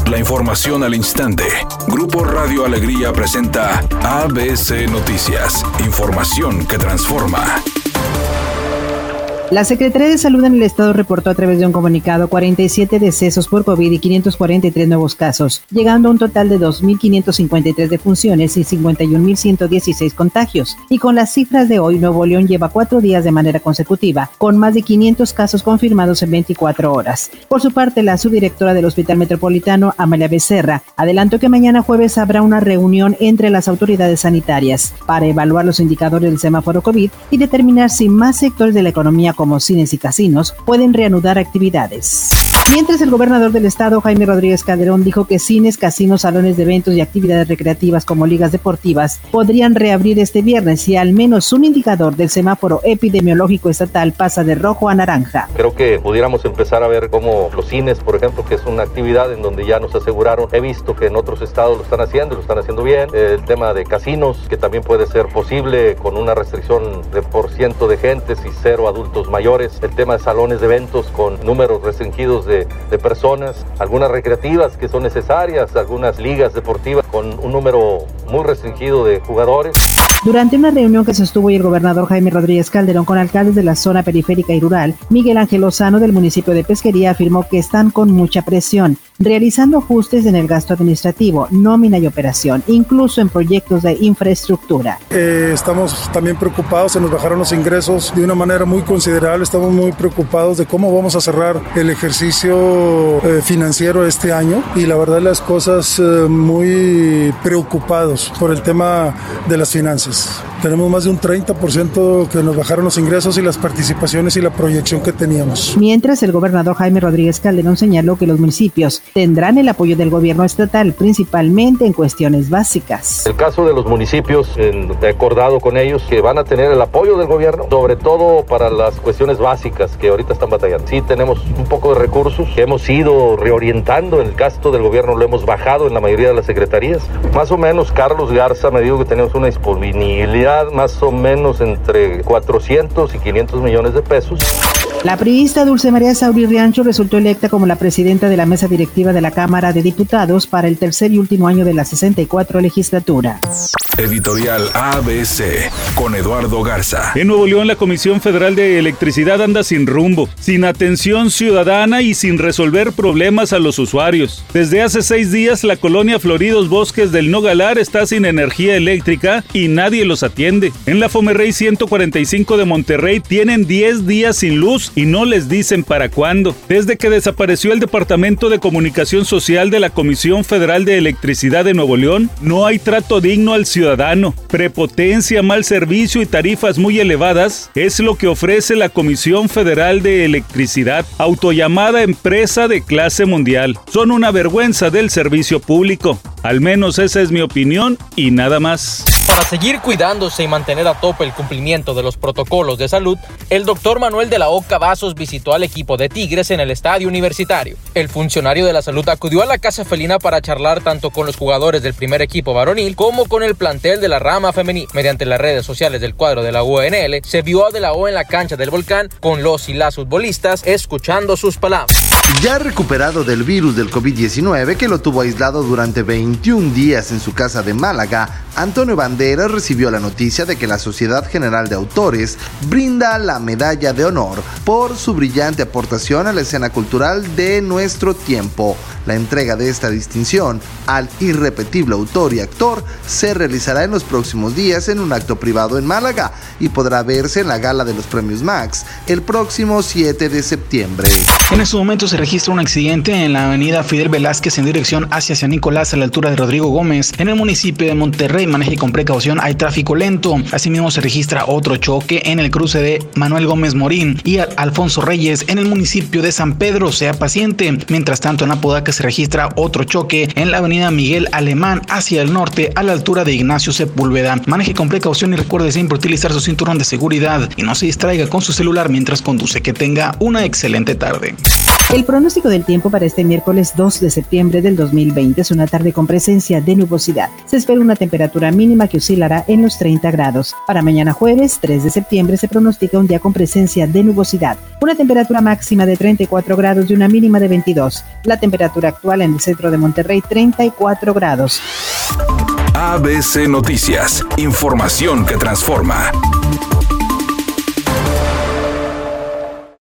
La información al instante. Grupo Radio Alegría presenta ABC Noticias. Información que transforma. La Secretaría de Salud en el Estado reportó a través de un comunicado 47 decesos por COVID y 543 nuevos casos, llegando a un total de 2.553 defunciones y 51.116 contagios. Y con las cifras de hoy, Nuevo León lleva 4 días de manera consecutiva, con más de 500 casos confirmados en 24 horas. Por su parte, la subdirectora del Hospital Metropolitano, Amalia Becerra, adelantó que mañana jueves habrá una reunión entre las autoridades sanitarias para evaluar los indicadores del semáforo COVID y determinar si más sectores de la economía como cines y casinos pueden reanudar actividades. Mientras el gobernador del estado, Jaime Rodríguez Calderón, dijo que cines, casinos, salones de eventos y actividades recreativas como ligas deportivas podrían reabrir este viernes si al menos un indicador del semáforo epidemiológico estatal pasa de rojo a naranja. Creo que pudiéramos empezar a ver cómo los cines, por ejemplo, que es una actividad en donde ya nos aseguraron, he visto que en otros estados lo están haciendo bien. El tema de casinos, que también puede ser posible con una restricción de % de gentes y 0 adultos mayores. El tema de salones de eventos con números restringidos de personas, algunas recreativas que son necesarias, algunas ligas deportivas con un número muy restringido de jugadores. Durante una reunión que sostuvo el gobernador Jaime Rodríguez Calderón con alcaldes de la zona periférica y rural, Miguel Ángel Lozano del municipio de Pesquería afirmó que están con mucha presión, realizando ajustes en el gasto administrativo, nómina y operación, incluso en proyectos de infraestructura. Estamos también preocupados, se nos bajaron los ingresos de una manera muy considerable, estamos muy preocupados de cómo vamos a cerrar el ejercicio financiero este año y la verdad las cosas muy preocupados por el tema de las finanzas. Tenemos más de un 30% que nos bajaron los ingresos y las participaciones y la proyección que teníamos. Mientras, el gobernador Jaime Rodríguez Calderón señaló que los municipios tendrán el apoyo del gobierno estatal, principalmente en cuestiones básicas. El caso de los municipios, he acordado con ellos que van a tener el apoyo del gobierno, sobre todo para las cuestiones básicas que ahorita están batallando. Sí tenemos un poco de recursos que hemos ido reorientando, el gasto del gobierno lo hemos bajado en la mayoría de las secretarías. Más o menos, Carlos Garza me dijo que tenemos una disponibilidad más o menos entre 400 y 500 millones de pesos. La priista Dulce María Sauri Riancho resultó electa como la presidenta de la mesa directiva de la Cámara de Diputados para el tercer y último año de la 64 legislatura. Editorial ABC con Eduardo Garza. En Nuevo León, la Comisión Federal de Electricidad anda sin rumbo, sin atención ciudadana y sin resolver problemas a los usuarios. Desde hace 6 días, la colonia Floridos Bosques del Nogalar está sin energía eléctrica y nadie los atiende. En la Fomerrey 145 de Monterrey tienen 10 días sin luz y no les dicen para cuándo. Desde que desapareció el Departamento de Comunicación Social de la Comisión Federal de Electricidad de Nuevo León, no hay trato digno al ciudadano. Prepotencia, mal servicio y tarifas muy elevadas es lo que ofrece la Comisión Federal de Electricidad, autollamada empresa de clase mundial. Son una vergüenza del servicio público. Al menos esa es mi opinión y nada más. Para seguir cuidándose y mantener a tope el cumplimiento de los protocolos de salud, el doctor Manuel de la O. Cavazos visitó al equipo de Tigres en el estadio universitario. El funcionario de la salud acudió a la casa felina para charlar tanto con los jugadores del primer equipo varonil como con el plantel de la rama femenil. Mediante las redes sociales del cuadro de la UNL, se vio a de la O en la cancha del Volcán con los y las futbolistas escuchando sus palabras. Ya recuperado del virus del COVID-19 que lo tuvo aislado durante 21 días en su casa de Málaga, Antonio Banderas recibió la noticia de que la Sociedad General de Autores brinda la medalla de honor por su brillante aportación a la escena cultural de nuestro tiempo. La entrega de esta distinción al irrepetible autor y actor se realizará en los próximos días en un acto privado en Málaga y podrá verse en la gala de los premios Max el próximo 7 de septiembre. En este momento se registra un accidente en la avenida Fidel Velázquez en dirección hacia San Nicolás a la altura de Rodrigo Gómez. En el municipio de Monterrey, maneje con precaución, hay tráfico lento. Asimismo se registra otro choque en el cruce de Manuel Gómez Morín y Alfonso Reyes en el municipio de San Pedro, sea paciente. Mientras tanto, en Apodaca se registra otro choque en la avenida Miguel Alemán hacia el norte a la altura de Ignacio Sepúlveda. Maneje con precaución y recuerde siempre utilizar su cinturón de seguridad y no se distraiga con su celular mientras conduce. Que tenga una excelente tarde. El pronóstico del tiempo para este miércoles 2 de septiembre del 2020 es una tarde con presencia de nubosidad. Se espera una temperatura mínima que oscilará en los 30 grados. Para mañana jueves 3 de septiembre se pronostica un día con presencia de nubosidad. Una temperatura máxima de 34 grados y una mínima de 22. La temperatura actual en el centro de Monterrey 34 grados. ABC Noticias, información que transforma.